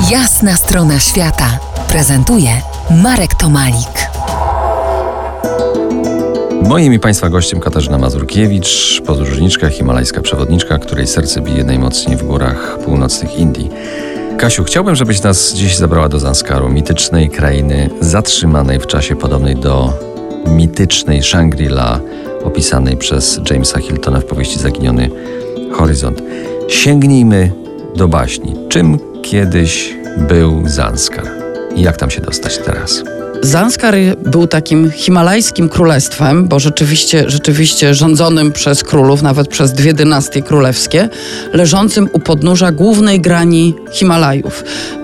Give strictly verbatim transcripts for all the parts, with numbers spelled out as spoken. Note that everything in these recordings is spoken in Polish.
Jasna strona świata prezentuje Marek Tomalik. Moim i Państwa gościem Katarzyna Mazurkiewicz, podróżniczka, himalajska przewodniczka, której serce bije najmocniej w górach północnych Indii. Kasiu, chciałbym, żebyś nas dziś zabrała do Zanskaru, mitycznej krainy zatrzymanej w czasie podobnej do mitycznej Shangri-La, opisanej przez Jamesa Hiltona w powieści Zaginiony Horyzont. Sięgnijmy do baśni. Czym kiedyś był Zanskar i jak tam się dostać teraz? Zanskar był takim himalajskim królestwem, bo rzeczywiście, rzeczywiście rządzonym przez królów, nawet przez dwie dynastie królewskie, leżącym u podnóża głównej grani Himalajów.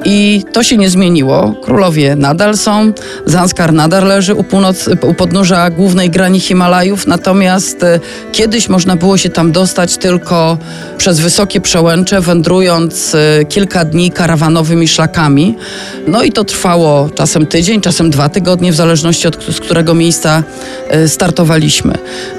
I to się nie zmieniło. Królowie nadal są, Zanskar nadal leży u, północ, u podnóża głównej grani Himalajów, natomiast e, kiedyś można było się tam dostać tylko przez wysokie przełęcze, wędrując e, kilka dni karawanowymi szlakami. No i to trwało czasem tydzień, czasem dwa tygodnie, w zależności od z którego miejsca startowaliśmy.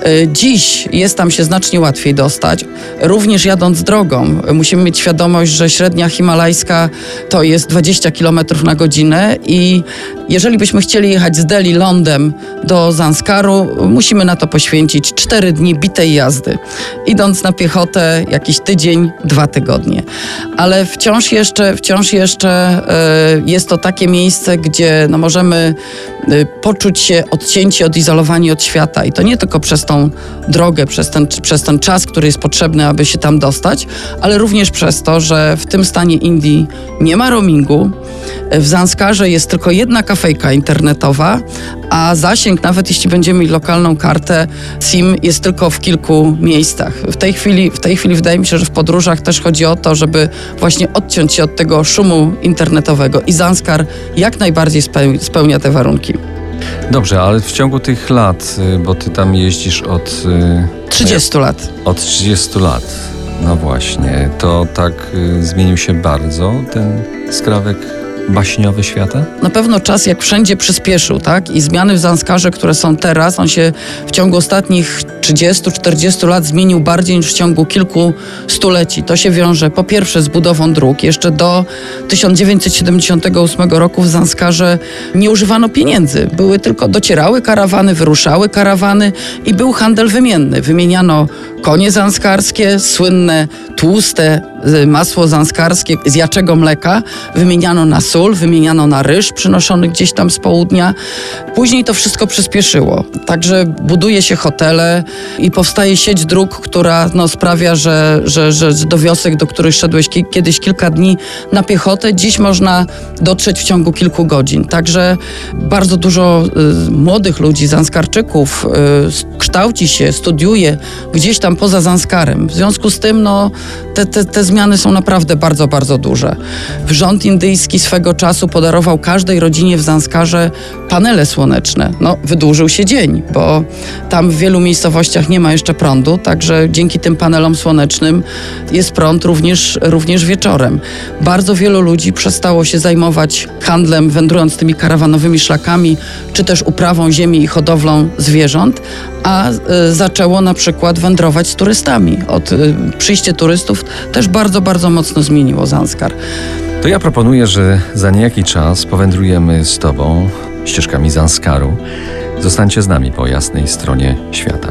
Dziś jest tam się znacznie łatwiej dostać. Również jadąc drogą, musimy mieć świadomość, że średnia himalajska to jest dwadzieścia kilometrów na godzinę i jeżeli byśmy chcieli jechać z Delhi lądem do Zanskaru, musimy na to poświęcić cztery dni bitej jazdy. Idąc na piechotę jakiś tydzień, dwa tygodnie. Ale wciąż jeszcze, wciąż jeszcze jest to takie miejsce, gdzie no, możemy poczuć się odcięci, odizolowani od świata. I to nie tylko przez tą drogę, przez ten, przez ten czas, który jest potrzebny, aby się tam dostać, ale również przez to, że w tym stanie Indii nie ma roamingu. W Zanskarze jest tylko jedna kafejka internetowa, a zasięg, nawet jeśli będziemy mieli lokalną kartę SIM, jest tylko w kilku miejscach. W tej chwili, w tej chwili wydaje mi się, że w podróżach też chodzi o to, żeby właśnie odciąć się od tego szumu internetowego i Zanskar jak najbardziej spełnia te warunki. Dobrze, ale w ciągu tych lat, bo ty tam jeździsz od... trzydziestu lat. Od trzydziestu lat. No właśnie, to tak y, zmienił się bardzo ten skrawek baśniowy świata? Na pewno czas jak wszędzie przyspieszył, tak? I zmiany w Zanskarze, które są teraz, on się w ciągu ostatnich trzydziestu czterdziestu lat zmienił bardziej niż w ciągu kilku stuleci. To się wiąże po pierwsze z budową dróg. Jeszcze do tysiąc dziewięćset siedemdziesiątego ósmego roku w Zanskarze nie używano pieniędzy. Były tylko, docierały karawany, wyruszały karawany i był handel wymienny. Wymieniano konie zanskarskie, słynne, tłuste masło zanskarskie z jaczego mleka, wymieniano na sól, wymieniano na ryż przynoszony gdzieś tam z południa. Później to wszystko przyspieszyło. Także buduje się hotele i powstaje sieć dróg, która no, sprawia, że, że, że do wiosek, do których szedłeś ki- kiedyś kilka dni na piechotę, dziś można dotrzeć w ciągu kilku godzin. Także bardzo dużo y, młodych ludzi, Zanskarczyków y, kształci się, studiuje gdzieś tam poza Zanskarem. W związku z tym no, te, te, te zmiany są naprawdę bardzo, bardzo duże. Rząd indyjski swego czasu podarował każdej rodzinie w Zanskarze panele słoneczne. No, wydłużył się dzień, bo tam w wielu miejscowościach nie ma jeszcze prądu, także dzięki tym panelom słonecznym jest prąd również, również wieczorem. Bardzo wielu ludzi przestało się zajmować handlem, wędrując tymi karawanowymi szlakami, czy też uprawą ziemi i hodowlą zwierząt, a y, zaczęło na przykład wędrować z turystami. Od y, przyjście turystów też bardzo, bardzo mocno zmieniło Zanskar. To ja proponuję, że za niejaki czas powędrujemy z tobą ścieżkami Zanskaru. Zostańcie z nami po jasnej stronie świata.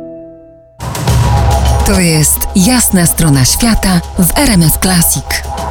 To jest Jasna strona świata w R M F Classic.